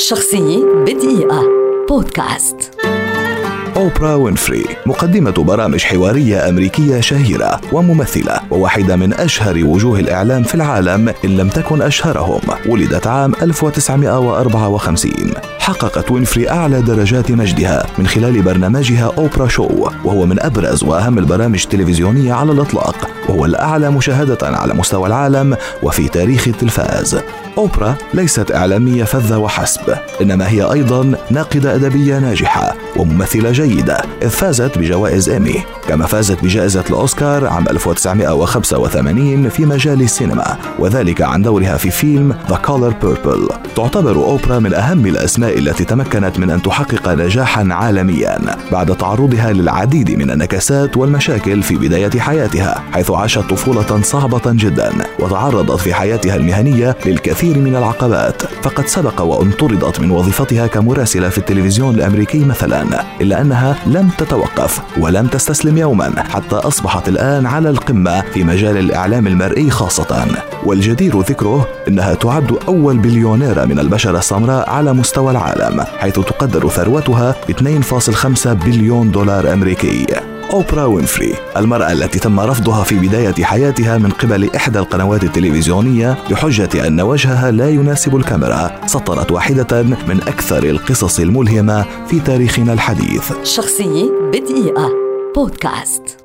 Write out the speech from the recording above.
شخصية بدقيقة بودكاست. أوبرا وينفري مقدمة برامج حوارية أمريكية شهيرة وممثلة وواحدة من أشهر وجوه الإعلام في العالم إن لم تكن أشهرهم. ولدت عام 1954. حققت وينفري أعلى درجات مجدها من خلال برنامجها أوبرا شو، وهو من أبرز وأهم البرامج التلفزيونية على الإطلاق، وهو الأعلى مشاهدة على مستوى العالم وفي تاريخ التلفاز. أوبرا ليست إعلامية فذة وحسب، إنما هي أيضا ناقدة أدبية ناجحة وممثلة جيدة، إذ فازت بجوائز إيمي، كما فازت بجائزة الأوسكار عام 1985 في مجال السينما، وذلك عن دورها في فيلم The Color Purple. تعتبر أوبرا من أهم الأسماء التي تمكنت من أن تحقق نجاحا عالميا بعد تعرضها للعديد من النكسات والمشاكل في بداية حياتها، حيث عاشت طفولة صعبة جدا وتعرضت في حياتها المهنية للكثير من العقبات، فقد سبق وأن طردت من وظيفتها كمراسلة في التلفزيون الأمريكي مثلا، إلا أنها لم تتوقف ولم تستسلم يوما حتى أصبحت الآن على القمة في مجال الإعلام المرئي خاصة. والجدير ذكره أنها تعد أول بليونيرة من البشرة السمراء على مستوى العالم، حيث تقدر ثروتها ب 2.5 بليون دولار أمريكي. أوبرا وينفري، المرأة التي تم رفضها في بداية حياتها من قبل إحدى القنوات التلفزيونية بحجة أن وجهها لا يناسب الكاميرا، سطرت واحدة من أكثر القصص الملهمة في تاريخنا الحديث. شخصية بدقيقة بودكاست.